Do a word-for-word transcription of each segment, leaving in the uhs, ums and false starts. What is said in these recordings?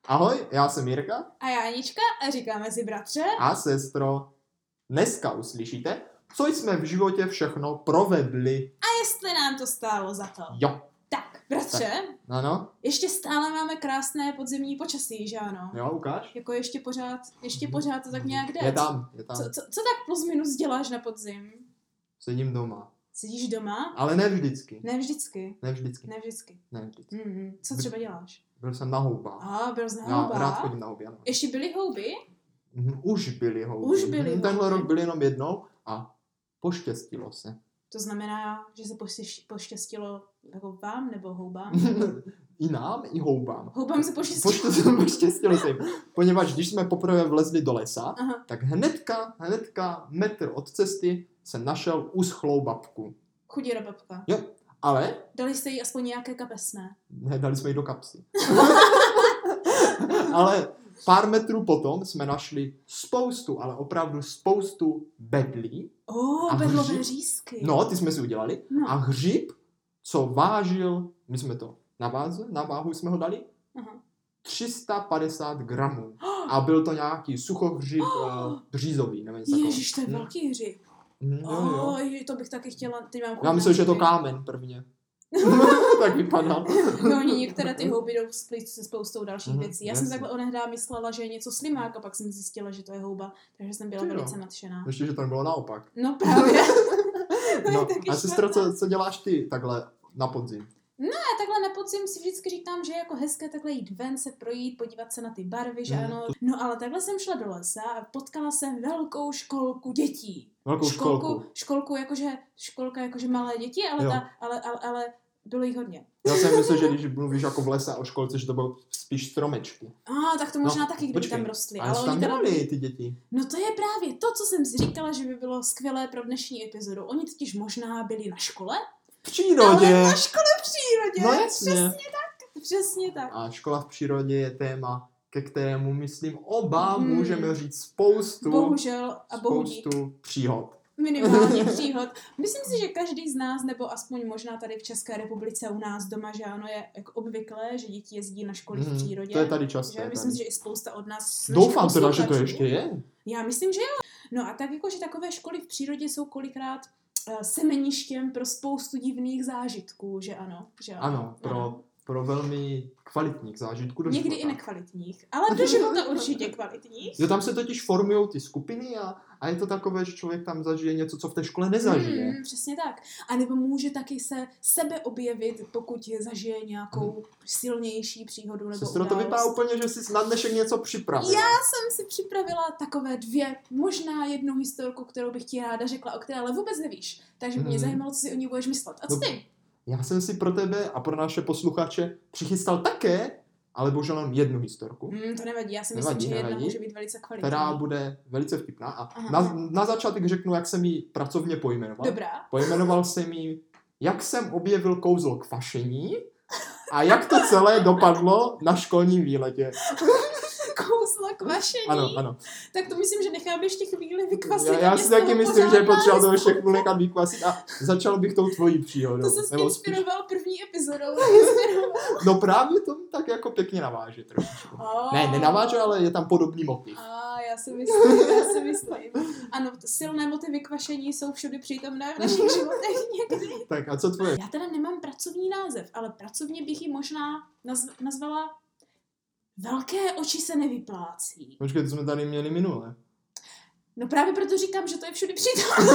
Ahoj, já jsem Jirka. A já Anička a říkáme si bratře. A sestro. Dneska uslyšíte, co jsme v životě všechno provedli. A jestli nám to stálo za to. Jo. Tak, bratře. Tak. Ano. Ještě stále máme krásné podzimní počasí, že ano? Jo, ukáž. Jako ještě pořád, ještě pořád to tak nějak jde. Je tam, je tam. Co, co, co tak plus minus děláš na podzim? Sedím doma. Sedíš doma? Ale ne vždycky. Ne vždycky. Ne vždycky. Ne vždycky. Ne vždycky. Mm-hmm. Co třeba děláš? Byl jsem na houbách. A, byl jsi na Já houbách? rád chodím na houby, ano. Ještě byly houby? Mhm, už byly houby. Už byly mhm, houby. Tenhle rok byl jenom jednou a poštěstilo se. To znamená, že se poštěš, poštěstilo jako vám nebo houbám? I nám, i houbám. Houbám se poštěstilo. Poštěstilo se jim. Poněvadž když jsme poprvé vlezli do lesa, Aha. tak hnedka, hnedka metr od cesty jsem našel uschlou babku. Chudíra babka. Jo, ale Dali jste jí aspoň nějaké kapesné? ne, dali jsme ji do kapsy. Ale pár metrů potom jsme našli spoustu, ale opravdu spoustu bedlí. Oh, A bedlové hřib- řízky. No, ty jsme si udělali. No. A hřib, co vážil, my jsme to na váze, na váhu jsme ho dali, Aha. tři sta padesát gramů. A byl to nějaký suchohřib uh, břízový, nevím, co Ježiš, to je takový. velký hřib. Mm, jo, jo. Oh, to bych taky chtěla. Teď mám Já myslím, že je to hřiby. kámen prvně. Tak vypadá. No, oni některé ty houby jdou split se spoustou dalších Mhm, věcí. Já jasně. jsem takhle onehdá myslela, že je něco slimák a pak jsem zjistila, že to je houba, takže jsem byla Ty jo. velice nadšená. Ještě, že to nebylo naopak. No právě. To je No, taky a sestro, špatné. co, co děláš ty takhle na podzim? A takhle na podzim si vždycky říkám, že je jako hezké takhle jít ven, se projít, podívat se na ty barvy, že Mm, ano. No ale takhle jsem šla do lesa a potkala jsem velkou školku dětí. Velkou školku, školku. školku jakože, školka jakože malé děti, ale, Jo. ta, ale, ale, ale bylo jich hodně. Já jsem myslel, že když mluvíš jako v lese o školce, že to bylo spíš stromečky. A ah, tak to možná No, taky, kdyby počkej, tam rostly. Ale Ale co tam oni teda... dělali ty děti? No to je právě to, co jsem si říkala, že by bylo skvělé pro dnešní epizodu. Oni totiž možná byli na škole, V přírodě. ale na škole v přírodě. No jasně. Přesně tak, přesně tak. A škola v přírodě je téma, ke kterému, myslím, oba Hmm. můžeme říct spoustu, Bohužel a bohudík. spoustu příhod. Minimálně příhod. Myslím si, že každý z nás, nebo aspoň možná tady v České republice u nás doma, že ano, je jako obvyklé, že děti jezdí na školy Mhm, v přírodě. to je tady časté. Že? Myslím Tady. si, že i spousta od nás. Doufám našich teda, že to posluchačů. ještě je. Já myslím, že jo. No a tak jako, že takové školy v přírodě jsou kolikrát uh, semeništěm pro spoustu divných zážitků, že ano. Že ano, Ano, pro, pro velmi kvalitních zážitků do Někdy života. i nekvalitních, ale do života určitě kvalitních. Jo, tam se totiž formují ty skupiny a, a je to takové, že člověk tam zažije něco, co v té škole nezažije. Hmm, přesně tak. A nebo může taky se sebe objevit, pokud zažije nějakou Hmm. silnější příhodu nebo Sestro, to událost. vypadá úplně, že jsi na dnešek něco připravila. Já jsem si připravila takové dvě, možná jednu historku, kterou bych ti ráda řekla, o které ale vůbec nevíš. Takže by mě Mhm. zajímalo, co si o ní budeš myslet. A co Dobře. ty? Já jsem si pro tebe a pro naše posluchače přichystal také, ale bohužel jenom jednu historku, Hmm, to nevadí, já si Nevadí, myslím, že jedna nevadí. může být velice kvalitní. která bude velice vtipná. A Aha, na, aha. na začátek řeknu, jak jsem ji pracovně pojmenoval. Dobrá. Pojmenoval jsem ji, jak jsem objevil kouzlo kvašení a jak to celé dopadlo na školním výletě. Kouzlo kvašení. Ano, ano. Tak to myslím, že necháme ještě chvíli vykvasit. Já, já aby si z taky toho myslím, že je pořádná potřeba to historka. všechno nechat vykvasit a začal bych tou tvojí příhodou. To se Nebo spíš, inspiroval první epizodou. Inspiroval. no právě to tak jako pěkně naváže trošičku. Oh. Ne, nenaváže, ale je tam podobný motiv. A já si myslím, já si myslím. Ano, silné motivy kvašení jsou všude přítomné v našich životech někdy. Tak a co tvoje? Já teda nemám pracovní název, ale pracovně bych ji možná nazv- nazvala Velké oči se nevyplácí. Počkej, to jsme tady měli minule. No právě proto říkám, že to je všude přítomné.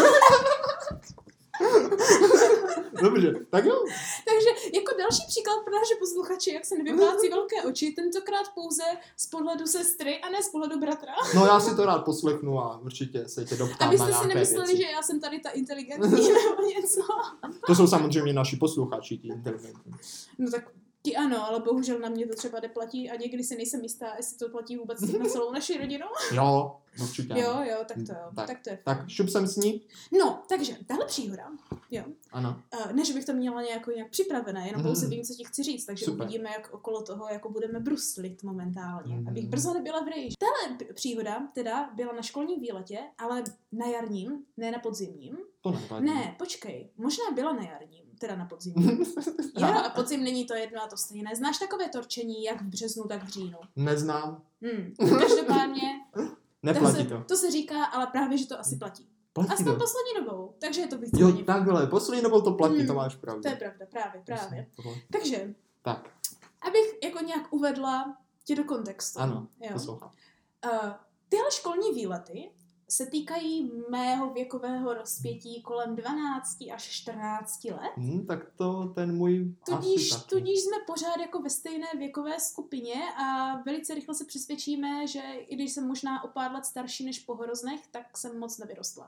Dobře, tak jo. Takže jako další příklad pro naše posluchače, jak se nevyplácí velké oči, tentokrát pouze z pohledu sestry a ne z pohledu bratra. No já si to rád poslechnu a určitě se tě doptám na Abyste si nějaké nemysleli, věci. že já jsem tady ta inteligentní nebo něco. To jsou samozřejmě naši posluchači, ti inteligentní. No tak ti ano, ale bohužel na mě to třeba neplatí a někdy si nejsem jistá, jestli to platí vůbec na celou naši rodinu. Jo, určitě. Jo, ano. jo, tak to jo, Tak. tak to je. Tak šup jsem s ní? No, takže tahle příhoda, jo, Ano. Uh, ne, že bych to měla nějak, nějak připravené, jenom Mhm. pouze vím, co ti chci říct, takže Super. uvidíme, jak okolo toho jako budeme bruslit momentálně, Mhm. abych brzo nebyla v rejži. Tahle p- příhoda teda byla na školním výletě, ale na jarním, ne na podzimním. To nevadí. Ne, počkej, možná byla na jarním. teda na podzim. Jo, a podzim není to jedno a to stejné. Znáš takové torčení, jak v březnu, tak v říjnu? Neznám. Hmm. Každopádně, Neplatí to. to. Se, to se říká, ale právě, že to asi platí. Platí Aspoň to. poslední dobou, takže je to víc. Jo, takhle, poslední dobou to platí, Hmm, to máš pravdu. To je pravda, právě, právě. Tohle. Takže, Tak, abych jako nějak uvedla tě do kontextu. ano, Jo. poslouchám. Uh, tyhle školní výlety se týkají mého věkového rozpětí kolem dvanáct až čtrnáct let. Hmm, tak to ten můj Tudíž, asi taky. tudíž jsme pořád jako ve stejné věkové skupině a velice rychle se přesvědčíme, že i když jsem možná o pár let starší než po horoznech, tak jsem moc nevyrostla.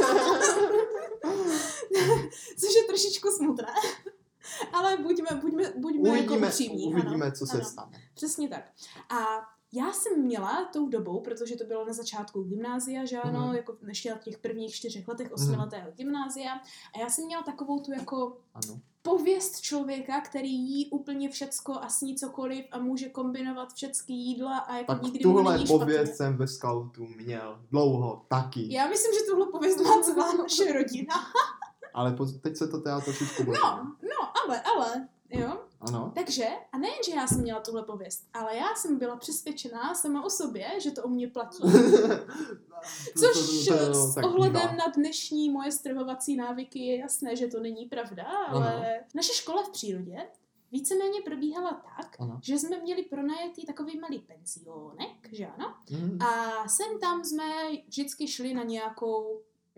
Což je trošičku smutné. Ale buďme, buďme, buďme Uvidíme, jako upřímní. uvidíme ano, co se ano. stane. Přesně tak. A já jsem měla tou dobou, protože to bylo na začátku gymnázia, že ano, Mhm. jako ještě v těch prvních čtyřech letech osmiletého gymnázia. A já jsem měla takovou tu jako Ano. pověst člověka, který jí úplně všecko a sní cokoliv a může kombinovat všecky jídla a jako Tak nikdy mu tuhle není špatně. pověst jsem ve scoutu měl dlouho taky. Já myslím, že tuhle pověst má celá naše rodina. Ale po, teď se to teda trošičku bojí. No, no, ale, ale, jo. Ano. Takže, a nejen, že já jsem měla tuhle pověst, ale já jsem byla přesvědčená sama o sobě, že to o mě platí. Což To- to- to- s tak ohledem bývá. na dnešní moje stravovací návyky je jasné, že to není pravda, ale Ano. naše škola v přírodě víceméně probíhala tak, Ano. že jsme měli pronajetý takový malý pensionek, že ano? Mhm. A sem tam jsme vždycky šli na nějakou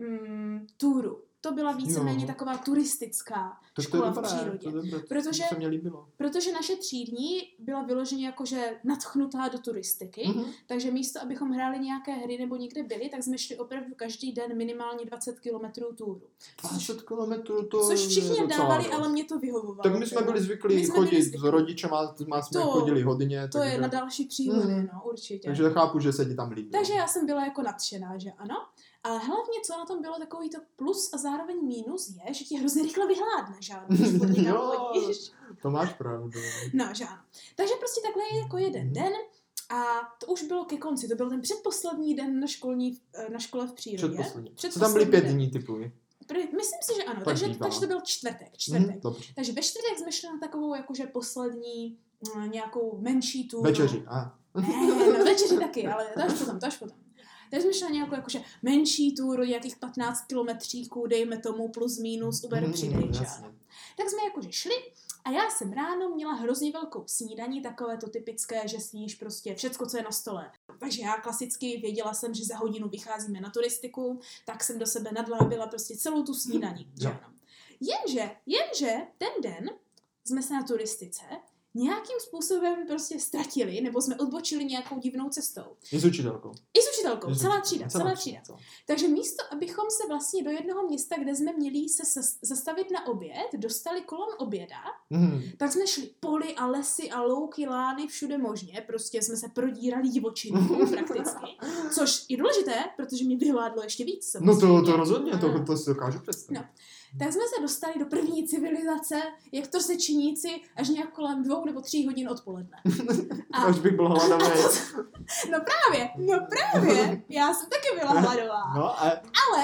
mm, túru. To byla víceméně Jo. taková turistická To, to je škola v dobré, přírodě. to je dobré, Protože- to se mě líbilo. Protože naše třídní byla vyloženě jakože nadchnutá do turistiky, Mhm. takže místo, abychom hráli nějaké hry nebo někde byli, tak jsme šli opravdu každý den minimálně dvacet kilometrů túru. dvacet kilometrů to Což je všichni docela dávali, dost. ale mě to vyhovovalo. Tak my jsme byli zvyklí My jsme byli chodit zvyklí. s rodičema, má jsme To- chodili hodně. To takže, je na další příhody, Mhm. no, určitě. takže chápu, že se ti tam líbilo. Takže já jsem byla jako nadšená, že ano. Ale hlavně, co na tom bylo takový to plus a zároveň mínus, je, že ti hrozně rychle vyhládne, že ano, když furt někam Jo. chodíš. To máš pravdu. No, že ano. Takže prostě takhle je jako jeden den a to už bylo ke konci. To byl ten předposlední den na, školní, na škole v přírodě. Předposlední. Co Předposlední tam byly pět den. dní, typuji. Pr- Myslím si, že ano. Tak Takže, bývá. takže to byl čtvrtek. čtvrtek. Mhm, dobře. Takže ve čtvrtek jsme šli na takovou jakože poslední mm, nějakou menší túru. Večeři. A. Ne, no večeři taky, ale to až potom, to až potom. Takže jsme šli na nějakou jakože menší túru, nějakých patnáct kilometříků, dejme tomu plus minus, uber Mhm, přidej, že jasně. ano. Tak jsme jakože šli a já jsem ráno měla hrozně velkou snídaní, takové to typické, že sníš prostě všecko, co je na stole. Takže já klasicky věděla jsem, že za hodinu vycházíme na turistiku, tak jsem do sebe nadlábila prostě celou tu snídaní. Že Jo. ano. Jenže, jenže ten den jsme se na turistice nějakým způsobem prostě ztratili, nebo jsme odbočili nějakou divnou cestou. I s učitelkou. I s učitelkou, I s celá učitelkou. třída, celá třída. Takže místo, abychom se vlastně do jednoho města, kde jsme měli se ses- zastavit na oběd, dostali kolem oběda, Mhm. tak jsme šli poli a lesy a louky, lány, všude možně, prostě jsme se prodírali divočinou prakticky, což je důležité, protože mě vyhládlo ještě víc. No to, samozřejmě. to rozhodně, to, Ano. to si dokážu představit. No. Tak jsme se dostali do první civilizace, jak to se činíci, až nějak kolem dvou nebo tří hodin odpoledne. A Až bych byl hladový. no právě, no právě, já jsem taky byla hladová. No a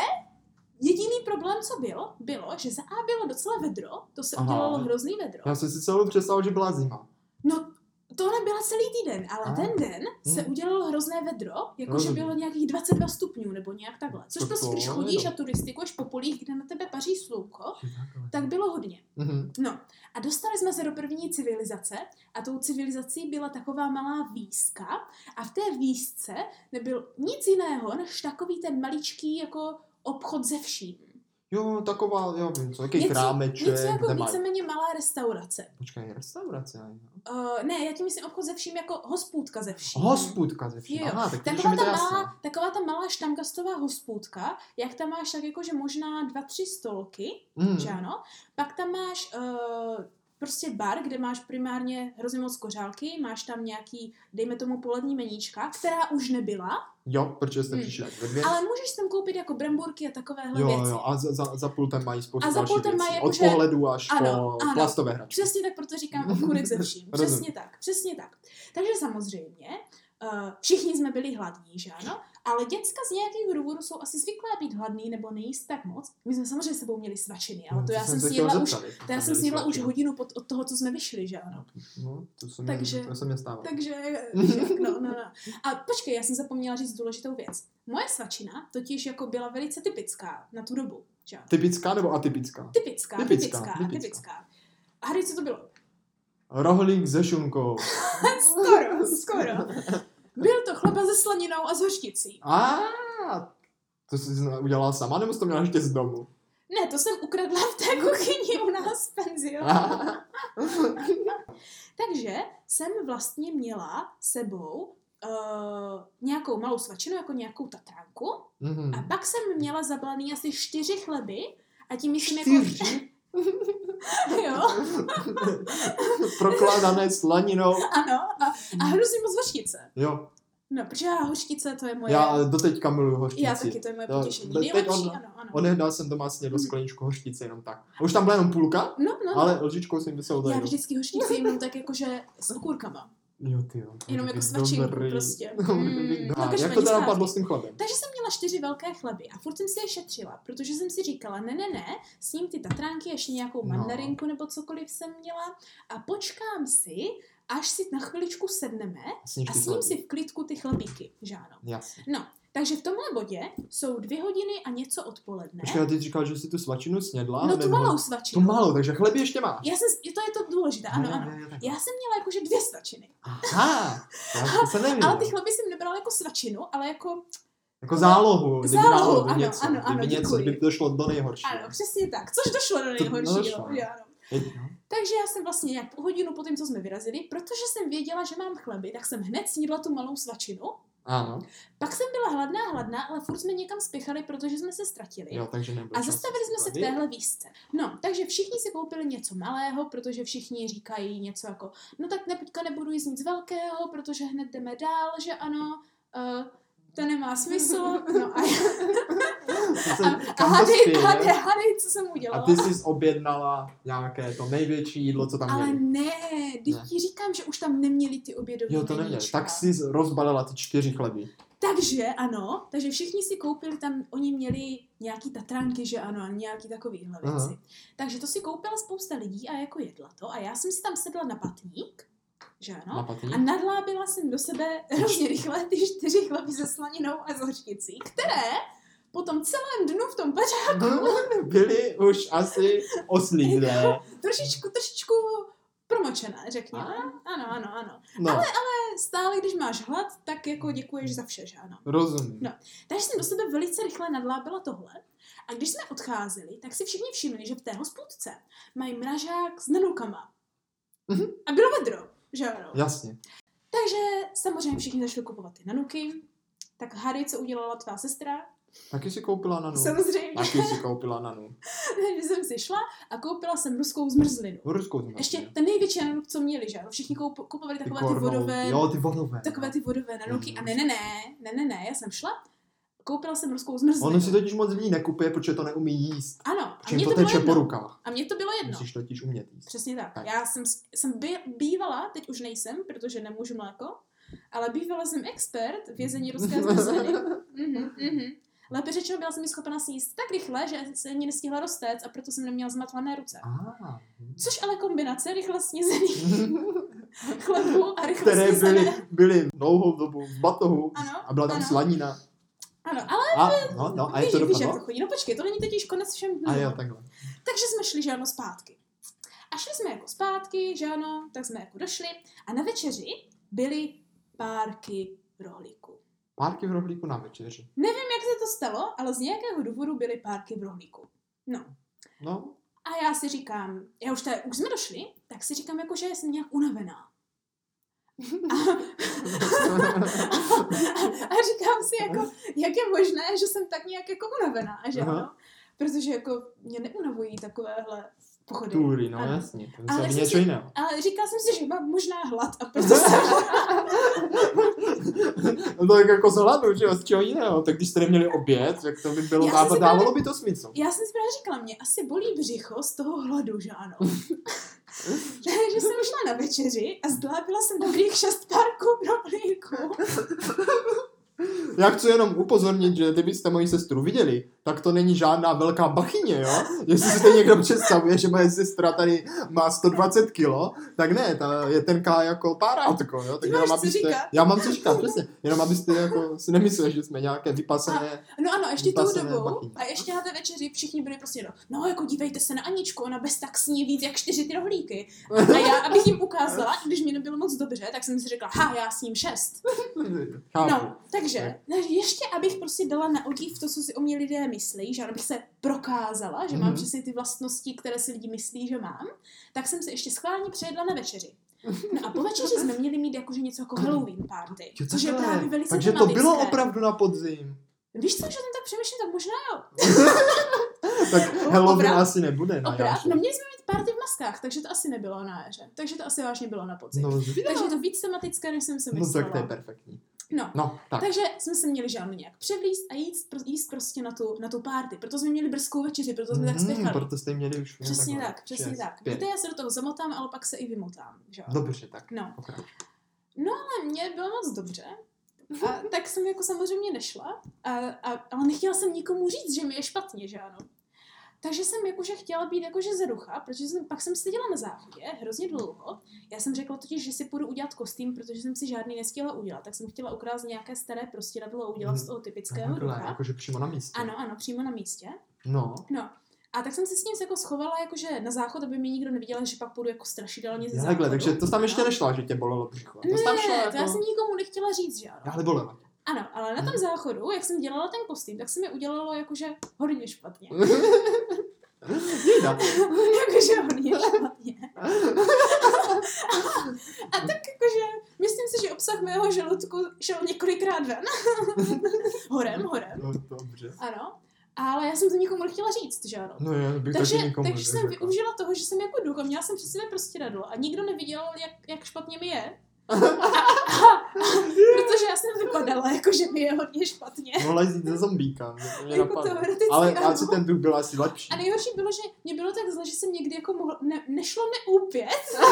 Jediný problém, co bylo, bylo, že za A bylo docela vedro, to se Aha. udělalo hrozný vedro. já jsem si celou představil, že byla zima. No, to nebyla celý týden, ale Aha. ten den se Hmm. udělalo hrozné vedro, jakože Rozumím. bylo nějakých dvacet dva stupňů nebo nějak takhle. Což Tak prostě, to když je chodíš to. a turistikuješ po polích, kde na tebe paří slunko, tak bylo hodně. Mhm. No a dostali jsme se do první civilizace a tou civilizací byla taková malá výska a v té výsce nebyl nic jiného, než takový ten maličký jako obchod ze vším. Jo, taková, jo, vím co, jaký Něco- krámeček, Něco jako kde mají. víceméně malá restaurace. Počkej, restaurace, jo. Uh, ne, já tím myslím obchod ze vším jako hospůdka ze vším. Hospůdka ze vším. Jo. Aha, tak když Taková mi to ta, jasné. malá, taková ta malá štamgastová hospůdka, jak tam máš tak jakože možná dva, tři stolky, Mm. že ano, pak tam máš uh, prostě bar, kde máš primárně hrozně moc kořálky, máš tam nějaký, dejme tomu polední meníčka, která už nebyla, Jo, protože jste Hmm. přišli až ve dvě. ale můžeš tam koupit jako bramburky a takovéhle Jo, věci. jo, a za, za, za pultem mají spoustu A za dalších pultem věcí. mají Od jakože- pohledu až Ano, po ano. plastové hračky. Přesně tak, proto říkám obchůdek ze vším. Rozumím. Přesně tak, přesně tak. Takže samozřejmě uh, všichni jsme byli hladní, že ano? Ale děcka z nějakého důvodu jsou asi zvyklá být hladný nebo nejíst tak moc. My jsme samozřejmě s sebou měli svačiny, ale to já jsem si jedla už, to já jsem si jedla už hodinu pod, od toho, co jsme vyšli, že ano? No, to jsem takže, to se mě stávalo. Takže, no, no, no. A počkej, já jsem zapomněla říct důležitou věc. Moje svačina totiž jako byla velice typická na tu dobu, že ano? Typická nebo atypická? Typická, typická, typická. typická. typická. A Harry, co to bylo? Rohlík se šunkou. skoro, skoro. Byl to chleba se slaninou a s hořticí. A to jsi udělala sama, nebo jsi to měla ještě z domu? Ne, to jsem ukradla v té kuchyni u nás v penzionu. Takže jsem vlastně měla sebou uh, nějakou malou svačinu, jako nějakou tatránku. Mm-hmm. A pak jsem měla zabalený asi čtyři chleby. A tím myslím čtyři? jako... jo. Prokládané slaninou. Ano, a, a hrozně moc hořčice. Jo. No, protože já hořčice, to je moje... Já doteďka miluji hořčici. Já taky, to je moje potěšení. Teď on, ano, ano. Onehdy jsem doma snědl skleničku hořčice jenom tak. Už tam byla jenom půlka, no, no, ale lžičkou jsem vysel Já vždycky hořčici jenom tak jakože s okurkama. Jo, ty jo. Jenom jako svačinku prostě. Mm, no, a jak to teda padlo s tím chlebem? Takže jsem měla čtyři velké chleby a furt jsem si je šetřila, protože jsem si říkala, ne, ne, ne, s ním ty tatránky, ještě nějakou mandarinku nebo cokoliv jsem měla a počkám si, až si na chviličku sedneme a sním si v klidku ty chlebíky, že ano. Jasně. No, takže v tomhle bodě jsou dvě hodiny a něco odpoledne. Počkej, ty říkal, že jsi tu svačinu snědla? No tu nebo... malou svačinu. Tu malou, takže chleby ještě máš. Já jsem, to je to důležité, ano, ne, ano. Ne, ne, ne, já jsem měla jakože dvě svačiny. Aha, já se nevím. Ale ty chleby jsem nebrala jako svačinu, ale jako... Jako zálohu, zálohu, kdyby náhodou ano, něco, ano, ano, kdyby něco, kdyby došlo do nejhoršího. Ano, přesně tak, což došlo do nejhoršího, to, no, ano. Takže já jsem vlastně nějak po hodinu po tom, co jsme vyrazili, protože jsem věděla, že mám chleby, tak jsem hned snídla tu malou svačinu. Ano. Pak jsem byla hladná, hladná, ale furt jsme někam spěchali, protože jsme se ztratili. Jo, takže a zastavili jsme se v téhle výzce. No, takže všichni si koupili něco malého, protože všichni říkají něco jako, no tak teďka nebudu jíst nic velkého, protože hned jdeme dál, že ano, uh, to nemá smysl. No a, a, a hady, hady, hady, co jsem udělala. A ty jsi objednala nějaké to největší jídlo, co tam ale měli. Ale ne, teď ti říkám, že už tam neměli ty obědové Jo, to neměli. Tak jsi rozbalila ty čtyři chleby. Takže ano, takže všichni si koupili tam, oni měli nějaký tatránky, že ano, a nějaký takovýhle věci. Aha. Takže to si koupila spousta lidí a jako jedla to a já jsem si tam sedla na patník, že ano, a nadlábila jsem do sebe hrozně rychle ty čtyři chleby se slaninou a s hořčicí, které po tom celém dnu v tom pařáku byly už asi oslídlé. trošičku, trošičku promočené, řekněme. Ano, ano, ano. No. Ale, ale stále, když máš hlad, tak jako děkuješ za vše, že ano. Rozumím. No. Takže jsem do sebe velice rychle nadlábila tohle. A když jsme odcházeli, tak si všichni všimli, že v té hospůdce mají mražák s nanukama. Mm-hmm. A bylo vedro, že ano. Jasně. Takže samozřejmě všichni začali kupovat ty nanuky. Tak Harry, co udělala tvá sestra? Taky si koupila nanu. Samozřejmě. Taky si koupila nanu. Takže jsem si šla a koupila jsem ruskou zmrzlinu. Ruskou zmrzlinu. Ještě ten největší nanuk, co měli, že? Všichni koup, kupovali takové ty, ty vodové. Jo, ty vodové. Takové ty vodové nanuky. Mm. A ne, ne, ne, ne, ne, ne, já jsem šla, koupila jsem ruskou zmrzlinu. Ono si totiž moc lidí nekupuje, protože to neumí jíst. Ano. A mě to teče po rukách. A mě to bylo jedno. Musíš totiž umět jíst. Přesně tak. tak. Já jsem, jsem bývala, teď už nejsem, protože nemůžu mléko, ale bývala jsem expert v jezení ruské zmrzliny. mhm, mhm. Lépe řečeno, byla jsem ji schopna sníst tak rychle, že se ani nestihla roztéct a proto jsem neměla zmatlané ruce. Ah. Což ale kombinace rychle snězených chlebů a rychle které snězené. byly, byly dlouhou dobu v batohu ano, a byla tam ano. slanina. Ano, ale a, no, no, a víš, je to víš, jak to dopadlo? chodí. No počkej, to není totiž konec všem dnů. A jo, takhle. Takže jsme šli, že ano, zpátky. A šli jsme jako zpátky, že ano, tak jsme jako došli a na večeři byly párky rohlíku. Párky v rohlíku na večeři. Nevím, jak se to stalo, ale z nějakého důvodu byly párky v rohlíku. No. No. A já si říkám, já už, tady, už jsme došli, tak si říkám, jako, že jsem nějak unavená. A, a říkám si, jako, jak je možné, že jsem tak nějak jako unavená, že ano? Protože jako mě neunavují takovéhle pochody. Tury, no ano. Jasně, to ale, něco jiného. ale říkala jsem si, že mám možná hlad a proto jsem... No tak jako z hladu, že jo, z čeho jiného. Tak když jste neměli oběd, tak to by bylo, dávalo, dávalo by to smysl. Já jsem si právě říkala, mě asi bolí břicho z toho hladu, že ano. Takže jsem šla na večeři a zdlápila jsem dobrých šest párků rohlíků. Já chci jenom upozornit, že kdybyste moji sestru viděli, tak to není žádná velká bachyně, jo? Jestli si to někdo představuje, že moje sestra tady má sto dvacet kilo, tak ne, ta je tenká jako párátko, jo? Tak Ty máš co říkat? Já mám co říkat, přesně. Jenom abyste jako si nemysleli, že jsme nějaké vypasené. A, no ano, ještě tou dobou, bachyně. a ještě na té večeři všichni byli prostě, no, no jako dívejte se na Aničku, ona bez tak sní víc jak čtyři ty rohlíky. A já, abych jim ukázala, když mi nebylo moc dobře, tak jsem si řekla, ha, já sním šest. No, takže, ještě abych prostě dala na odiv to, co si o mě lidé myslí, že abych se prokázala, že mám mm-hmm. přesně ty vlastnosti, které si lidi myslí, že mám, tak jsem se ještě schválně přejedla na večeři. No a po večeři jsme měli mít jakože něco jako Halloween party, jo, což je právě velice takže tematické. To bylo opravdu na podzim. Víš co, že tam tak přemýšlím, tak možná jo. Tak Halloween asi nebude na jaře. No měli jsme mít party v maskách, takže to asi nebylo na jaře. Takže to asi vážně bylo na podzim. No, takže je to víc tematické, než jsem si myslela. No tak to je perfektní. No, no tak. Takže jsme se měli žádnou nějak převlíst a jíst, jíst prostě na tu, na tu party. Proto jsme měli brzkou večeři, proto jsme mm, tak spěchali. Proto jste měli už. Přesně takhle. tak, přesně šest, tak. Víte, já se do toho zamotám, ale pak se i vymotám. Že? Dobře, tak. No. Okay. No ale mě bylo moc dobře. A tak jsem jako samozřejmě nešla, a, a, ale nechtěla jsem nikomu říct, že mi je špatně, že ano. Takže jsem jakože chtěla být jakože zaducha, protože jsem, pak jsem seděla na záchodě hrozně dlouho. Já jsem řekla totiž, že si půjdu udělat kostým, protože jsem si žádný nestihla udělat. Tak jsem chtěla ukrást nějaké staré prostěradlo a udělat z toho typického ducha. Jakože přímo na místě. Ano, ano, přímo na místě. No. No. A tak jsem se s ním jako schovala jakože na záchod, aby mě nikdo neviděl, že pak půjdu jako strašidelně ze záchodu. Takhle, takže to tam ještě nešla, že tě bolelo břicho. To ne, tam šlo to jako... já jsem nikomu nechtěla říct, že ano. Ale bolelo. Ano, ale na tom záchodu, jak jsem dělala ten kostým, tak se mi udělalo jakože hodně špatně. jakože hodně špatně. A tak jakože, myslím si, že obsah mého žaludku šel několikrát ven. horem, horem. No, dobře. Ano. Ale já jsem to nikomu nechtěla říct, že ano. No, já bych takže taky nikomu takže jsem využila toho, že jsem jako duch a měla jsem při sebe prostě radlo a nikdo neviděl, jak, jak špatně mi je. A, a, a, protože já jsem vypadala, jako že mi je hodně špatně. Mohla jít ze zombíka, mě jako ale asi ten duch byl asi lepší. A nejhorší bylo, že mě bylo tak zle, že jsem někdy jako mohla, ne, nešlo mi úpět.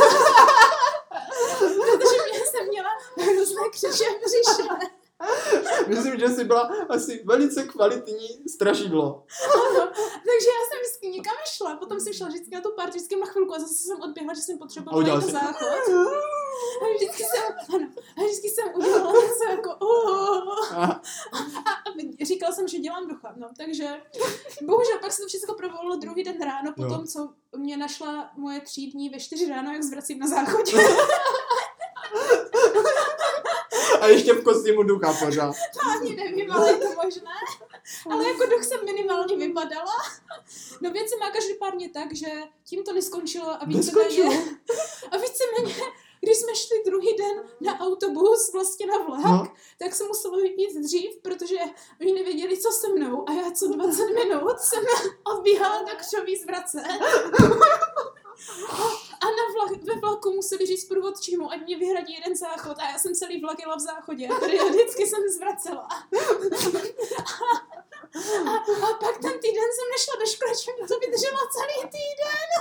Protože mě jsem měla hrozné křeče v břiše. Myslím, že jsi byla asi velice kvalitní strašidlo. Ano, takže já jsem vždycky někam šla, potom jsem šla vždycky na tu party, vždycky na chvilku a zase jsem odběhla, že jsem potřebovala jít na záchod. A vždycky jsem, ano, a vždycky jsem udělala něco jako oh. a, a říkala jsem, že dělám ducha, no, takže bohužel pak se to všechno provolilo druhý den ráno, potom co mě našla moje třídní ve čtyři ráno, jak zvracím na záchodě. A ještě v kostýmu ducha pořád. To ani nevím, ale je to možné. Ale jako duch jsem minimálně vypadala. No věc se má každopádně tak, že tím to neskončilo a víceméně, a víceméně, když jsme šli druhý den na autobus, vlastně na vlak, no. tak jsem musela jít dřív, protože oni nevěděli, co se mnou a já co dvacet minut jsem odbíhala do křoví zvrace. A na vlak, ve vlaku museli říct průvodčímu, ať mě vyhradí jeden záchod a já jsem celý vlak jela v záchodě a tady vždycky jsem zvracela. A, a, a pak ten týden jsem nešla do školy, že mě to vydrželo celý týden.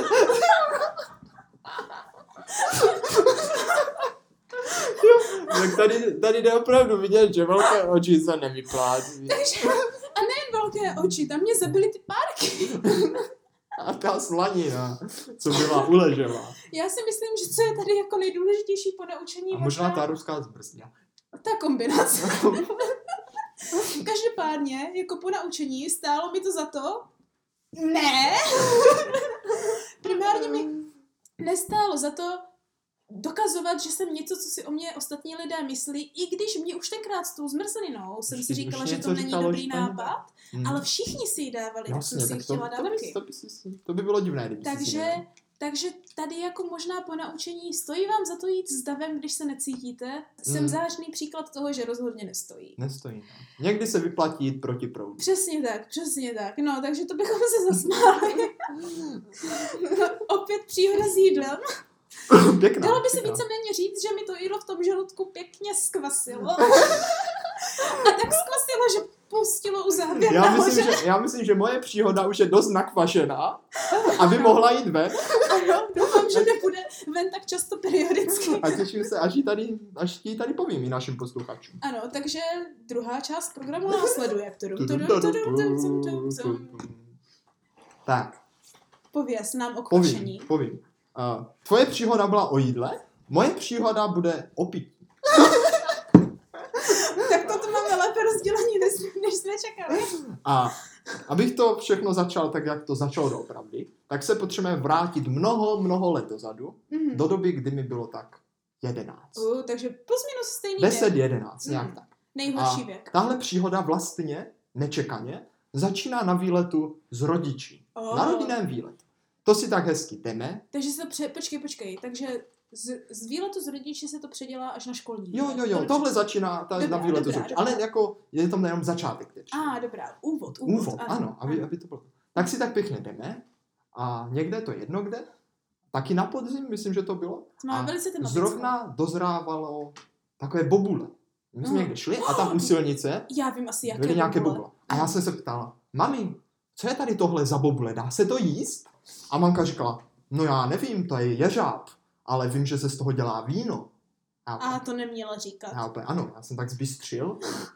Tak tady, tady jde opravdu vidět, že velké oči se nevyplácí. Takže, a nejen velké oči, tam mě zabily ty párky. A ta slanina, co byla uležela. Já si myslím, že co je tady jako nejdůležitější po naučení. A možná ta ruská zbrzda. Ta kombinace. Každopádně, jako po naučení, stálo mi to za to? Ne. Primárně mi nestálo za to dokazovat, že jsem něco, co si o mě ostatní lidé myslí, i když mě už tenkrát s tou zmrzlinou jsem už si říkala, že to není dobrý nápad, hmm. ale všichni si ji dávali, Jasně, tak jsem si chtěla to, dát to, taky. To, by, to, by, to by bylo divné, kdyby takže, takže tady jako možná po naučení stojí vám za to jít s davem, když se necítíte. Hmm. Jsem zářný příklad toho, že rozhodně nestojí. Nestojí. No. Někdy se vyplatí jít proti proudu. Přesně tak, přesně tak. No, takže to bychom se zasmáli. No, opět příhoda s jídlem. Pěkná, dalo by se pěkná. víceméně říct, že mi to jídlo v tom žaludku pěkně zkvasilo. A tak zkvasilo, že spustilo u závěr Já nahoře. myslím, že, já myslím, že moje příhoda už je dost nakvašená, aby mohla jít ven. Ano, doufám, že nebude ven tak často periodicky. A těším se, až ji tady, až ji tady povím i našim posluchačům. Ano, takže druhá část programu následuje. Tak, Pověz nám o povím, kvašení. povím. Uh, tvoje příhoda byla o jídle, moje příhoda bude o pití. Tak toto máme lépe rozdělení, než, než jsme čekali. A abych to všechno začal tak, jak to začalo doopravdy, tak se potřebujeme vrátit mnoho, mnoho let dozadu, Mm. do doby, kdy mi bylo tak jedenáct. Uh, takže plus minus stejný deset, věk. jedenáct, nějak Mm. tak. Nejhorší A věk. tahle příhoda vlastně, nečekaně, začíná na výletu s rodiči. Oh. Na rodinném výletu. To si tak hezky jdeme. Takže se to pře... Počkej, počkej. Takže z, z výletu z rodiče se to předělá až na školní. Jo, jo, jo, Dobře. tohle začíná ta, Dobrá, na výletu dobrá, s rodiči. dobrá. Ale jako je to jenom začátek. teď. A, ah, dobrá. Úvod, úvod. Úvod, ano, aby, aby to bylo. Tak si tak pěkně jdeme a někde to jedno kde, taky na podzim, myslím, že to bylo. To má A velice tematickou. zrovna dozrávalo takové bobule. My jsme Mm. někde šli a tam u silnice Já vím asi, jaké byly nějaké bobule. bobule. A já jsem se ptala, mami, co je tady tohle za bobule, dá se to jíst? A mamka říkala, no já nevím, to je jeřáb, ale vím, že se z toho dělá víno. A, A to neměla říkat. já úplně, ano, já jsem tak zbystřil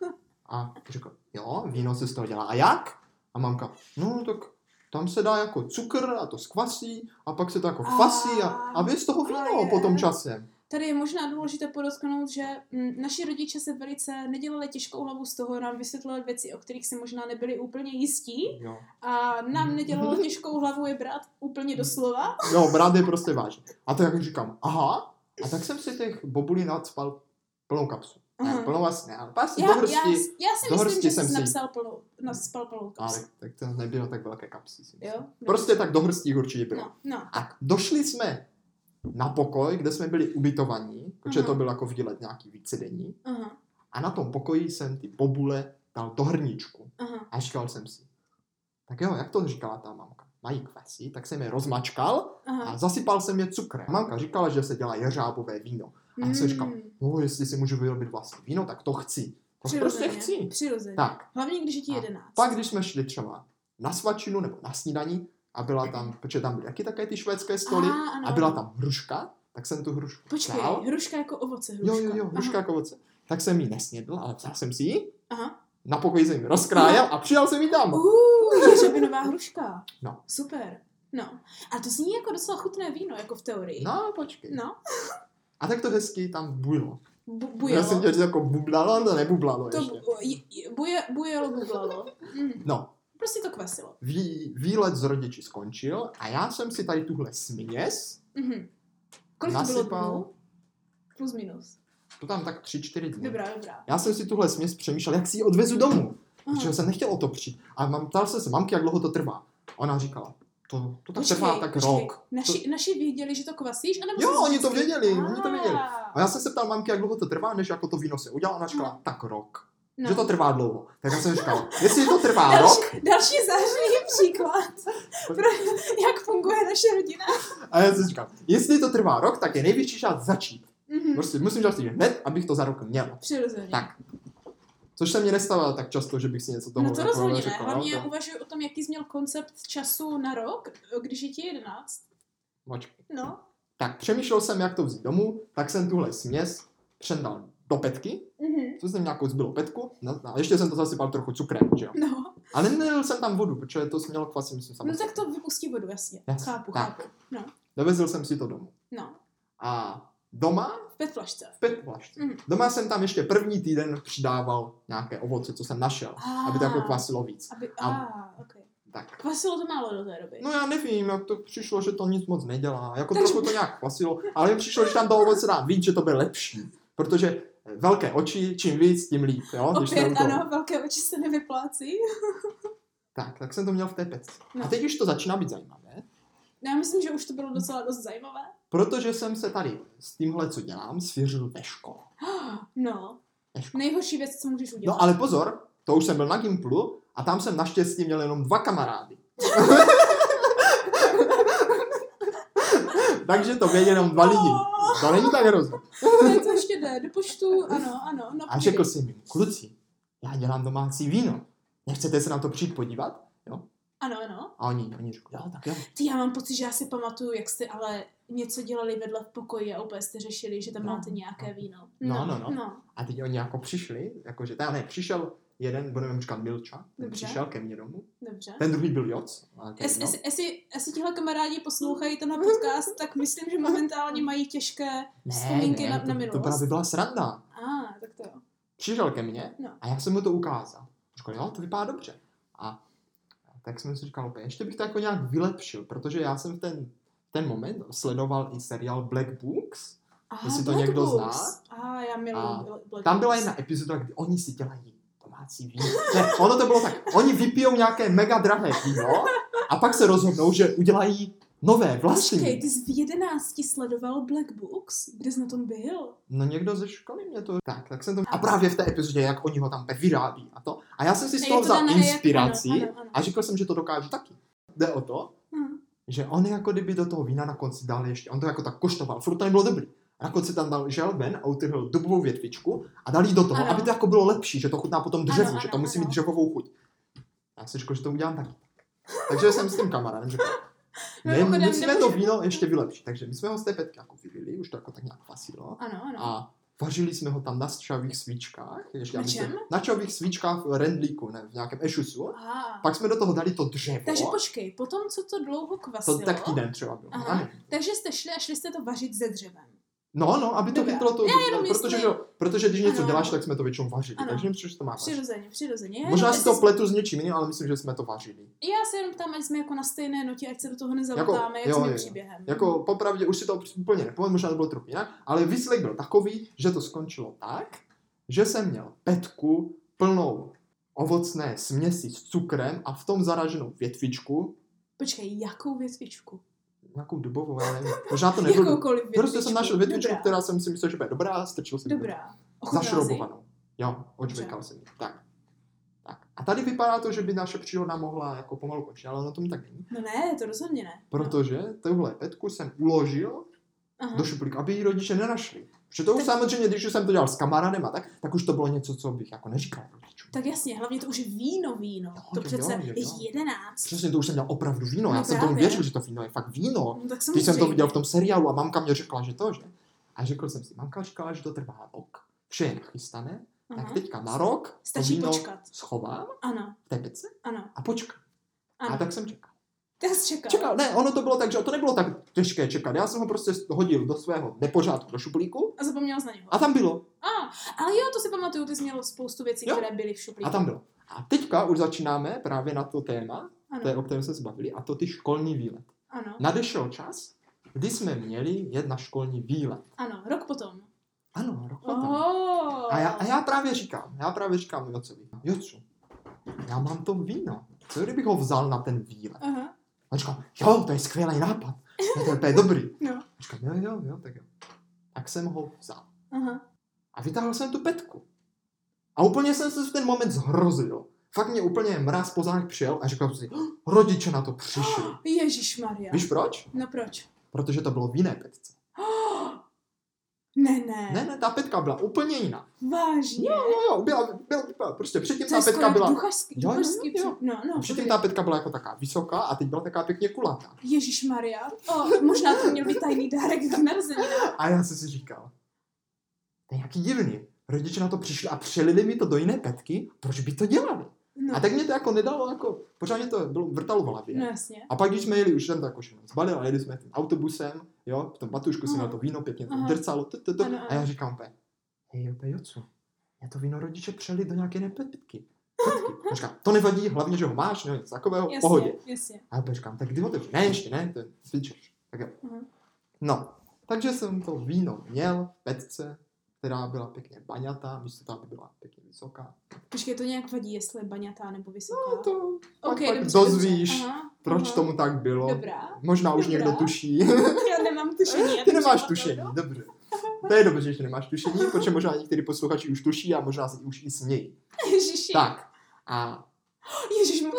a řekl, jo, víno se z toho dělá. A jak? A mamka, no tak tam se dá jako cukr a to skvasí a pak se to jako kvasí a, a vy z toho a víno je. po tom časem. Tady je možná důležité podotknout, že mm, naši rodiče se velice nedělali těžkou hlavu z toho, nám vysvětlovat věci, o kterých si možná nebyli úplně jistí Jo. a nám nedělalo těžkou hlavu je brát úplně doslova. Jo, brát je prostě vážně. A to jak říkám, aha, a tak jsem si těch bobulí nacpal plnou kapsu. Ne, Aha. plnou vlastně, ale pás Já, do já, hrsti. já si do myslím, hrsti že jsem jsi si- napsal plnou, naspal plnou Ale kapsu. tak to nebylo tak velké kapsy. si myslím. Jo? Prostě tak do hrstí určitě bylo. No, no. A došli jsme na pokoj, kde jsme byli ubytovaní, protože Aha. to byl jako výlet nějaký vícedenní. Aha, A na tom pokoji jsem ty bobule dal do hrníčku. aha. A říkal jsem si, tak jo, jak to říkala ta mamka? Mají kvasí, tak jsem je rozmačkal a Aha. zasypal jsem je cukrem. Mamka říkala, že se dělá jeřábové víno. A já jsem říkal, Mm, no jestli si můžu vyrobit vlastní víno, tak to chci. To prostě přirozeně, chci. Přirozeně. Tak, Hlavně, když je ti A jedenáct. pak když jsme šli třeba na svačinu nebo na snídani a byla tam, protože tam byly taky také ty švédské stoly A, ano, a byla ano. tam hruška, tak jsem tu hrušku Počkej, vzal. hruška jako ovoce, Jo, hruška. jo, jo, hruška Aha. jako ovoce. Tak jsem ji nesnědl, ale vzal jsem si ji, Aha. na pokoji jsem ji rozkrájel a přijal jsem ji tam. Uuu, jeřabinová hruška. No. Super. No. A to zní jako docela chutné víno, jako v teorii. No, počkej. No. A tak to hezky tam bujelo. Bu- Já bujelo. jsem tě říct jako bublalo, ale to nebublalo To ještě. bu- j- buje, bujelo, bublalo. Mm. No, Prostě to kvasilo. vý, výlet z rodiči skončil a já jsem si tady tuhle směs, Mhm. Kolik to Nasypal. bylo dnů? Plus minus. to tam tak tři, čtyři dny. Dobrá, dobrá. Já jsem si tuhle směs přemýšlel, jak si ji odvezu domů. Aha. Protože jsem nechtěl o to přijít. A mám, ptal jsem se mamky, jak dlouho to trvá. Ona říkala, to, to tak Počkej, trvá tak počkej. rok. Naši, naši věděli, že to kvasíš? Anebo Jo, jsi oni to vždycky- věděli, oni to věděli. Ah. A já jsem se ptal mamky, jak dlouho to trvá, než jako to víno se udělá. Ona říkala, No. tak rok. No. Že to trvá dlouho. Tak já jsem říkal, jestli to trvá rok, Další, další zářivý příklad, pro, jak funguje naše rodina. a já jsem říkal, jestli to trvá rok, tak je nejvyšší čas začít. Mhm. Prostě musím začít hned, abych to za rok měl. Přirozeně. Tak. Což se mi nestávalo tak často, že bych si něco toho No to jako rozhodně ne. řekl, Hlavně jo, já to- uvažuji o tom, jaký jsi měl koncept času na rok, když je ti jedenáct. Počkej. No. Tak přemýšlel jsem, jak to vzít domů, tak jsem tuhle směs přendal do petky, Mhm. co jsem nějakou zbylou petku, no, a ještě jsem to zasypal trochu cukrem, že jo. No. Ale nelil jsem tam vodu, protože to smělo kvasy, myslím No samozřejmě. tak to vypustí vodu, jasně. Jasně, Chápu, tak. chápu. No. Dovezl jsem si to domů. No. A doma, V petflašce. v petflašce, Mhm. doma jsem tam ještě první týden přidával nějaké ovoce, co jsem našel, Ah. aby to jako kvasilo víc. Aby, A- a, okay. Tak. Kvasilo to málo do té doby. No já nevím, jak to přišlo, že to nic moc nedělá. Jako trochu to nějak kvasilo, ale mi přišlo, že tam to ovoce dá víc, že to bude lepší. Protože velké oči, čím víc, tím líp, jo? Když jsme u Opět toho. ano, velké oči se nevyplácí. Tak, tak jsem to měl v té peci. No. A teď už to začíná být zajímavé, Já myslím, že už to bylo docela dost zajímavé. protože jsem se tady s tímhle, co dělám, svěřil ve škole. No. Ve škole. Nejhorší věc, co můžeš udělat. No ale pozor, to už jsem byl na Gimplu a tam jsem naštěstí měl jenom dva kamarády. Takže to věděli jenom dva lidi. To není tak hrozné. Ne, to ještě jde, do počtu, ano, ano. No, A řekl jsem jim, kluci, já dělám domácí víno. Nechcete se na to přijít podívat? Jo? Ano, ano. A oni, oni řekli, jo, tak jo. Ty, já mám pocit, že já si pamatuju, jak jste ale něco dělali vedle v pokoji a úplně jste řešili, že tam No. máte nějaké víno. No, no, no. no. A teď oni jako přišli, jakože, ne, přišel jeden, budeme říkat Milča, ten Dobře. přišel ke mně domů. Dobře. Ten druhý byl Joc. ale to je Jestli, jedno. jestli, jestli, jestli tihle kamarádi poslouchají tenhle podcast, tak myslím, že momentálně mají těžké vzpomínky ne, na, to, na to minulost. právě byla sranda. A, ah, tak to jo. Přišel ke mně No. a já jsem mu to ukázal. Říkal, jo, to vypadá dobře. A tak jsem si říkal, ještě bych to jako nějak vylepšil, protože já jsem v ten, v ten moment sledoval i seriál Black Books. Aha, Jestli to Black někdo Books. zná. A já miluji A Black Tam byla Books. jedna epizoda, kdy oni si dělají domácí víno. Ne, ono to bylo tak, oni vypijou nějaké mega drahé víno a pak se rozhodnou, že udělají nové vlastní. Počkej, ty jsi v jedenácti sledoval Black Books? Kde jsi na tom byl? No někdo ze školy mě to... Tak, tak jsem to... A právě v té epizodě, jak oni ho tam vyrábí a to. A já jsem si z Je toho to vzal dané, jak- inspiraci ano, ano, ano. a říkal jsem, že to dokážu taky. Jde o to, Hm. že on jako kdyby do toho vína na konci dal ještě, on to jako tak koštoval, furt to nebylo dobrý. A na konci tam dal žel ven a utrhl dubovou větvičku a dal jí do toho, Ano. aby to jako bylo lepší, že to chutná potom dřevu, Ano, že to ano, musí ano. mít dřevovou chuť. Já si řekl, že to udělám taky. Takže jsem s tím kamarádem řekl, ne, Mimochodem, musíme to nemůžu- víno ještě vylepšit. Takže my jsme ho z té petky jako vylili, už to jako tak nějak pasilo. Ano, ano. A vařili jsme ho tam na čavých svíčkách. Ještě, Na já myslím, čem? Na čavých svíčkách v rendlíku, ne, v nějakém ešusu. Aha. Pak jsme do toho dali to dřevo. Takže počkej, potom co to dlouho to kvasilo, tak týden třeba bylo. Aha. Ano. takže jste šli a šli jste to vařit se dřevem. No, no, aby to Dobrá. chytlo to, Já jenom protože, jestli- že, protože když něco Ano, děláš, ano. tak jsme to většinou vařili. Ano. Takže myslím, že to má vařit. Přirozeně, přirozeně. Já Možná jenom, si to jestli- pletu s něčím jiným, ale myslím, že jsme to vařili. Já se jenom ptám, ať jsme jako na stejné notě, ať se do toho nezamotáme, jak jo, s mým jo. příběhem. Jako popravdě už si to úplně nepamatuji, možná to bylo trochu jinak, ale výsledek byl takový, že to skončilo tak, že jsem měl petku plnou ovocné směsi s cukrem a v tom zaraženou větvičku, Počkej, jakou větvičku? nějakou dubovou, já nevím, možná to nebylo. Jakoukoliv větvičku. Prostě jsem našel větvičku, Dobrá. která jsem si myslel, že bude dobrá, a strčil jsem ji Dobrá. do- Ochutnal jsi? zašroubovanou. Jo, odžvejkal jsem ji. Tak. tak. A tady vypadá to, že by naše příroda mohla jako pomalu končit, ale ono tomu tak není. No ne, to rozhodně ne. Protože tuhle petku jsem uložil Aha. do šuplíku, aby ji rodiče nenašli. Protože to už Tak- samozřejmě, když už jsem to dělal s kamarádem a tak, tak už to bylo něco, co bych jako neříkal rodičům. Tak jasně, hlavně to už je víno víno. Jo, to jo, přece jo, jo. je jedenáct. Přesně, to už jsem měl opravdu víno, No já jsem tomu právě. věřil, že to víno je fakt víno. No, tak Když samozřejmě. jsem to viděl v tom seriálu a mamka mě řekla, že to, že? A řekl jsem si, mamka říkala, že to trvá rok. Vše je nachystané, tak Aha. teďka na rok to Stačí víno počkat. schovám Ano, v té pece ano, a počkám. ano. A tak jsem čekal. Ty jsi čekal. Čekal, ne, ono to bylo tak, že to nebylo tak těžké čekat. Já jsem ho prostě hodil do svého nepořádku do šuplíku A zapomněl jsi na něho. a tam bylo. A, ale jo, to si pamatuju, ty jsi měl spoustu věcí, Jo. které byly v šuplíku. A tam bylo. A teďka už začínáme právě na to téma, Ano, to je, o kterém jsme se bavili, a to ty školní výlet. ano, Nadešel čas, kdy jsme měli jet na školní výlet. ano, rok potom. Ano, rok potom. Oh. A já, a já právě říkám, já právě říkám Jocovi, Jocu, já mám to víno. Co kdybych ho vzal na ten výlet? Aha, A říkám, jo, to je skvělý nápad. To je úplně dobrý. no, A říkám, jo, jo, jo, tak jo. Tak jsem ho vzal. aha. A vytáhl jsem tu petku. A úplně jsem se v ten moment zhrozil. Fakt mě úplně mráz po zádech přijel a říkal jsem si, "Oh, rodiče na to přišli. Ježišmarja. Víš proč? No proč? Protože to bylo v jiné petce. Ne, ne. Ne, ne, ta petka byla úplně jiná. Vážně. Jo, jo, jo, byla, byla, byla prostě předtím To ta je petka skoro byla, duchařský, Jo, jo, duchařský jo. při- No, no, předtím povídej. ta petka byla jako taká vysoká a teď byla taká pěkně kulatá. Ježišmarja. O, možná to měl být tajný dárek k narozeninám. A já jsem si říkal, to je nějaký divný. Rodiče na to přišli a přelili mi to do jiné petky, proč by to dělali? No, A tak mě to jako nedalo, jako, pořád mě to bylo vrtalo v hlavě. no jasně. A pak, když jsme jeli, už jsem to jako všechno zbalil a jeli jsme tím autobusem, jo, v tom batušku jsem Aha. na to víno pěkně to Aha. drcalo, t, t, t, Ano, a já ano. říkám úplně, hej, opět Jocu, já to víno rodiče přeli do nějaké jiné petky. petky. A říkám, to nevadí, hlavně, že ho máš, no, něco takového, v Jasně, pohodě. jasně. A já říkám, tak kdy ho otevřu? Ne, ještě ne, to je cvičeš. Tak jo. Aha. No, takže jsem to víno měl v petce, která byla pěkně baňatá, místo toho, aby byla pěkně vysoká. Počkej, to nějak vadí, jestli je baňatá nebo vysoká? No to pak, Ok, pak dobře, dozvíš, dobře. Aha, proč aha. tomu tak bylo. Dobrá. Možná už Dobrá. někdo tuší. Já nemám tušení. já Ty bych nemáš řekla tušení, pravdu. dobře. To je dobře, že nemáš tušení, protože možná někteří posluchači už tuší a možná si už i smějí. Ježiši. Tak. A Ježiš, mu...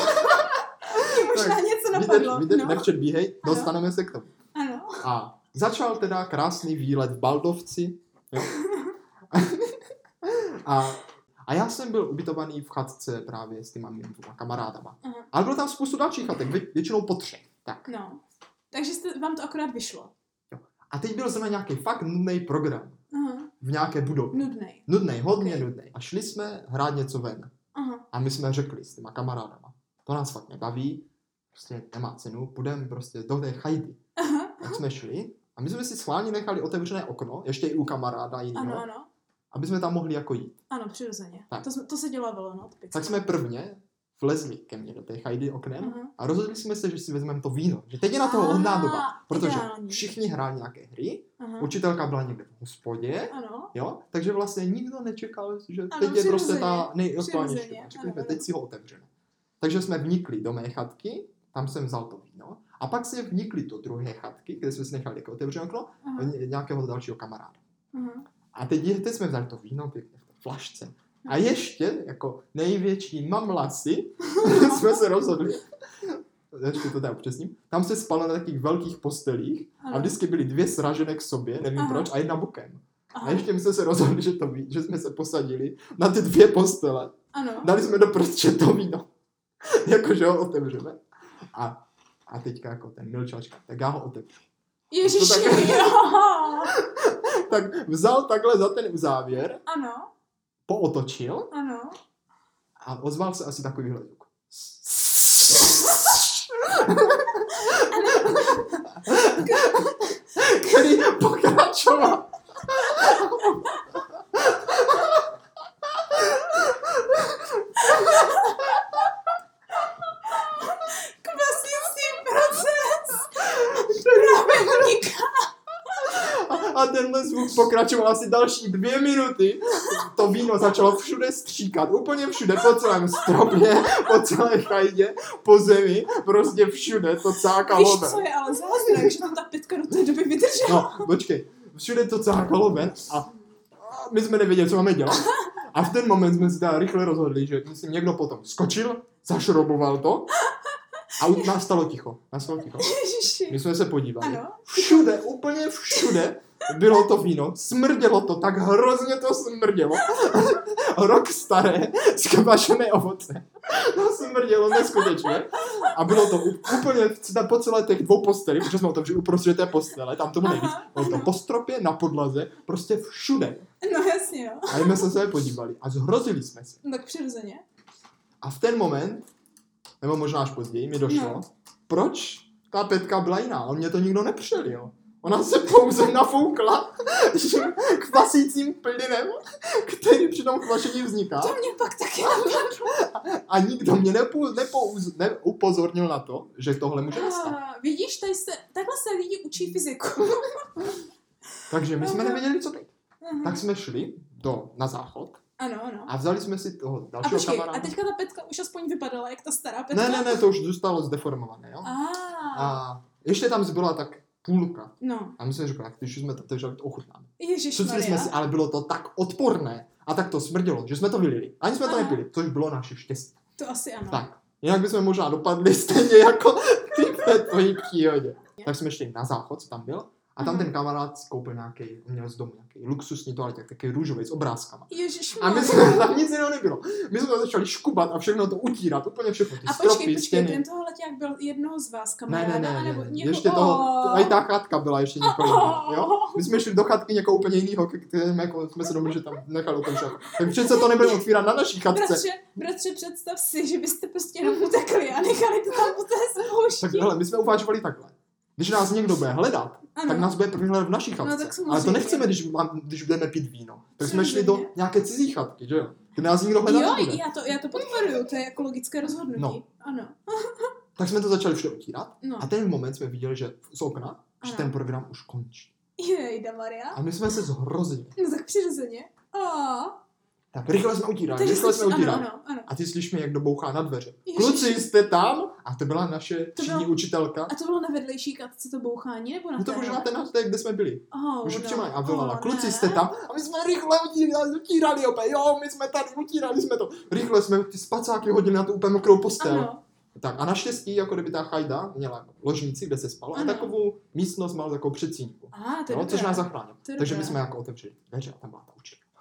možná něco napadlo. vydrž, vydrž, no. nevčetbíhej, Ano. dostaneme se k tomu. Ano. A začal teda krásný výlet v Baldovci. Jo? a, A já jsem byl ubytovaný v chatce právě s těma mými dvěma kamarádama. Aha. Ale bylo tam spoustu dalších chatek, vě- většinou po třech. Tak. No. Takže jste, vám to akorát vyšlo. Jo. A teď byl zrovna nějaký fakt nudný program Aha. v nějaké budově. Nudnej. Nudnej, hodně Okay. nudnej. A šli jsme hrát něco ven. Aha. A my jsme řekli s těma kamarádama, to nás fakt nebaví, prostě nemá cenu, půjdeme prostě do té chajdy. Aha. Tak jsme šli a my jsme si schválně nechali otevřené okno, ještě i u kamaráda jiného, Ano, ano. aby jsme tam mohli jako jít. Ano, přirozeně. Tak. To, jsme- to se dělalo, no. Typicky. Tak jsme prvně vlezli ke mně do té chajdy oknem Aha. a rozhodli jsme se, že si vezmeme to víno. Že teď je na to hodná Ah, doba, protože ideální. všichni hráli nějaké hry, Aha. učitelka byla někde v hospodě, Ano. jo, takže vlastně nikdo nečekal, že Ano, teď je prostě ta přirozeně, nejaktuálnější. přirozeně, Řekli ano, jsme, ano. teď si ho otevřeme. Takže jsme vnikli do mé chatky, tam jsem vzal to víno, a pak jsme vnikli do druhé chatky, kde jsme si nechali jako otevřené okno, Aha. ně- nějakého dalšího kamaráda. Aha. A teď, teď jsme vzali to víno pěkně v té flašce. A ještě, jako největší mamlasy, jsme se rozhodli, ještě to tady upřesním, tam se spalo na takových velkých postelích a Ano. vždycky byly dvě sražené k sobě, nevím Aha. proč, a jedna bokem. Aha. A ještě my jsme se rozhodli, že, to ví, že jsme se posadili na ty dvě postele. Ano. Dali jsme doprostřed to víno. Jakože ho otevřeme. A, a teďka jako ten milčačka, tak já ho otevřu. Ježiši, To tak- jo. Tak vzal takhle za ten uzávěr, Ano, pootočil ano. a ozval se asi takovýhle zvuk. Který pokračoval. Kvasící proces. Právě uniká. A tenhle zvuk pokračoval asi další dvě minuty. To víno začalo všude stříkat, úplně všude, po celém stropě, po celé chajdě, po zemi, prostě všude to cákalo Víš, ven. co je ale zázrak, že tam ta pětka do té doby vydržela. No, počkej, všude to cákalo ven a a my jsme nevěděli, co máme dělat. A v ten moment jsme si teda rychle rozhodli, že myslím, někdo potom skočil, zašroboval to a u- nastalo ticho. Nastalo ticho. Ježiši. My jsme se podívali. Ano. Všude, úplně všude bylo to víno, smrdělo to, tak hrozně to smrdělo. Rok staré, skvašené ovoce. To smrdělo neskutečně. A bylo to u- úplně v- po celé těch dvou posteli, protože jsme otevřeli uprostřed té postele, tam to bylo nejvíc. Aha, Bylo to ano. po stropě, na podlaze, prostě všude. No jasně, jo. A my jsme se podívali a zhrozili jsme se. No tak přirozeně. A v ten moment, nebo možná až později, mi došlo, No. proč ta pětka byla jiná. On mě to nikdo nepřelil. Ona se pouze nafoukla tím kvasícím plynem, který při tom kvašení vzniká. To mě pak taky napadlo. A nikdo mě nepou, nepouz, neupozornil na to, že tohle může nastat. Ah, vidíš, tady se, takhle se lidi učí fyziku. Takže my jsme Aha. nevěděli, co teď. Aha. Tak jsme šli do, na záchod Ano, ano. a vzali jsme si toho A dalšího počkej, kamaráda. a teďka ta pětka už aspoň vypadala jak ta stará pětka? Ne, ne, ne, to už zůstalo zdeformované, jo. Ah, A ještě tam zbyla tak půlka. no. A my jsme řekli, tak když jsme to otevřeli, to ochutnáme. Ježiš Šucli jsme si, ale bylo to tak odporné a tak to smrdělo, že jsme to vylili. Ani jsme to Aha. nepili, což bylo naše štěstí. To asi ano. Tak, jinak bychom možná dopadli stejně jako ty v té tvojí příhodě. Tak jsme šli na záchod, co tam byl, a tam Aha. ten kamarád si koupil nějaký, on měl z domu nějaký luxusní toalet, takový růžový s obrázkama. Ježiš A my jsme, tam nic jiného nebylo. My jsme to začali škubat a všechno to utírat, úplně všechno, ty A stropy, počkej, počkej, stěny. ten tohle jak byl jednoho z vás Ne, kamaráda? ne, ne, anebo ne, někoho... ještě toho, Oh. a i ta chatka byla ještě někoho jiného, jo? Oh. My jsme šli do chatky někoho úplně jiného, kterým jako jsme se domluvili, že tam nechali otevřet. Tak přece to nebudeme otvírat na naší chatce. Bratře, bratře, představ si, že byste prostě jenom utekli a nechali to tam po té spoušti. Tak hele, my jsme uvažovali takhle. Když nás někdo bude hledat, Ano. tak nás bude první hledat v naší chatce. No, tak samozřejmě. Ale to nechceme, když, mám, když budeme pít víno. Tak jsme šli do Samozřejmě. nějaké cizí chatky, že jo? Kde nás nikdo hledat Jo, nebude. já to, já to podporuju, to je jako logické rozhodnutí. No. Ano. Tak jsme to začali všude utírat. No. A ten moment jsme viděli, že z okna, že Ano. ten program už končí. Jejda Maria. A my jsme se zhrozili. No tak přirozeně. A. Tak rychle jsme utírali, Takže rychle jsi- jsme utírali. Ano, ano, ano. A ty slyšíme, jak dobouchá na dveře. Ježiši. Kluci, jste tam? A to byla naše To třídní bylo- učitelka. A to bylo na vedlejší katce to bouchání, nebo na No to téhle? možná ten na té, kde jsme byli. Oh, Už no. přímo a volala, Oh, kluci ne. jste tam a my jsme rychle utírali, utírali opět, jo, my jsme tady, utírali jsme to. Rychle jsme ty spacáky hodili na tu úplně mokrou postel. Ano. Tak a naštěstí, jako kdyby ta chajda měla ložnici, kde se spalo, a Ano. takovou místnost mal takovou předsínku. Aha, to je Jo, dobré. což nás zachránilo. To je Takže my dobré. jsme jako otevřeli dveře a tam byla ta učitelka.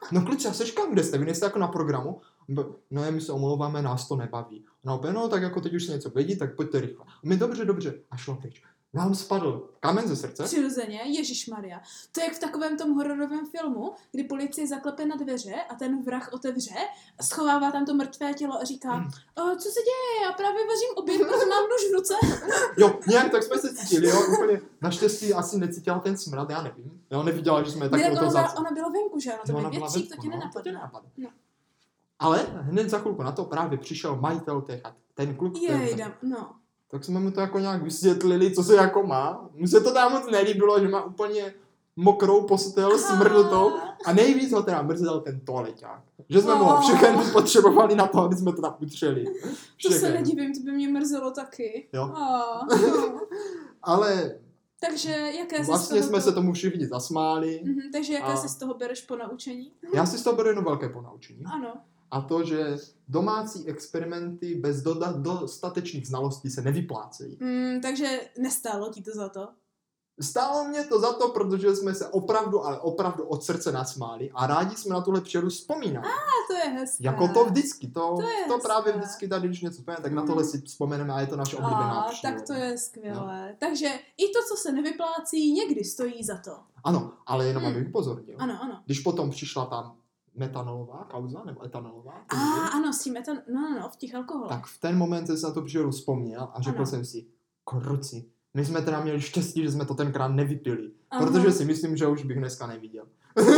no kluci, a seš kam, kde jste? Vy nejste jako na programu? No, my se omlouváme, nás to nebaví. No, no, tak jako teď už se něco vědí, tak pojďte rychle. My dobře, dobře. A šlo pryč. Nám spadl kámen ze srdce. Přirozeně, ježišmarja. To je jak v takovém tom hororovém filmu, kdy policie zaklepe na dveře a ten vrah otevře, schovává tam to mrtvé tělo a říká, o, co se děje, já právě vařím oběd, protože mám nůž v ruce. Jo, nějak tak jsme se cítili, jo, úplně. Naštěstí asi necítila ten smrad, já nevím. Jo, neviděla, že jsme taky o to ona, ona byla venku, že ano, to no, by větřík, to tě no, nenapadne. No. Ale hned za chvilku na to právě přišel majitel té chaty. Ten kluk. Jejdem, no. Tak jsme mu to jako nějak vysvětlili, co se jako má. Mu se to tam moc nelíbilo, že má úplně mokrou postel, smrdnutou. A nejvíc ho teda mrzel ten toaleťák. Že jsme mu všechny potřebovali na to, aby jsme to tam utřeli. To se nedivím, to by mě mrzelo taky. Jo. Oh, no. Ale takže jaké vlastně z toho jsme to... se tomu všichni zasmáli. Mm-hmm, takže jaké a... si z toho bereš po naučení? Já si z toho beru jenom velké ponaučení. Ano. A to, že domácí experimenty bez doda- dostatečných znalostí se nevyplácejí. Mm, takže nestálo ti to za to? Stálo mě to za to, protože jsme se opravdu, ale opravdu od srdce nasmáli a rádi jsme na tuhle přírodu vzpomínali. A to je hezké. Jako to vždycky, to, to, to právě vždycky tady, když něco vzpomeneme, tak na tohle si vzpomeneme a je to naše oblíbená a, příroda. tak to je skvělé. No. Takže i to, co se nevyplácí, někdy stojí za to. Ano, ale jenom hmm. abych upozornil. Ano, ano. Když potom přišla ta metanolová kauza, nebo etanolová. A ano, s tím etan... no, no, no, v těch alkoholech. Tak v ten moment jsem se na to přírodu vzpomněl a řekl ano. jsem si, kruci, my jsme teda měli štěstí, že jsme to tenkrát nevypili. Aha. Protože si myslím, že už bych dneska neviděl.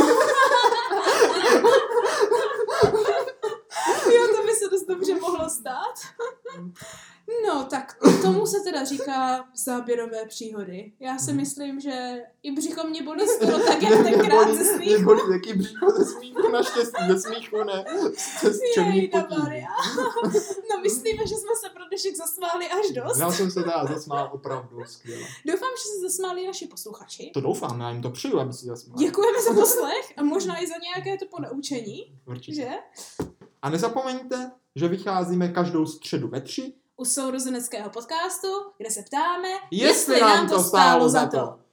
Jo, to by se dost dobře mohlo stát. No, tak tomu se teda říká záběrové příhody. Já si myslím, že i břicho mě bolí skoro tak, jak tenkrát ze smíchu. Mě bolí taky břicho ze smíchu, naštěstí ze smíchu, ne. Jejda Maria. No, myslíme, že jsme se pro dnešek zasmáli až dost. Já jsem se teda zasmál opravdu skvěle. Doufám, že se zasmáli naši posluchači. To doufám, já jim to přeju, aby si zasmáli. Děkujeme za poslech a možná i za nějaké to ponaučení. Určitě. Že? A nezapomeňte, že vycházíme každou středu ve tři u sourozeneckého podcastu, kde se ptáme, jestli nám to stálo za to.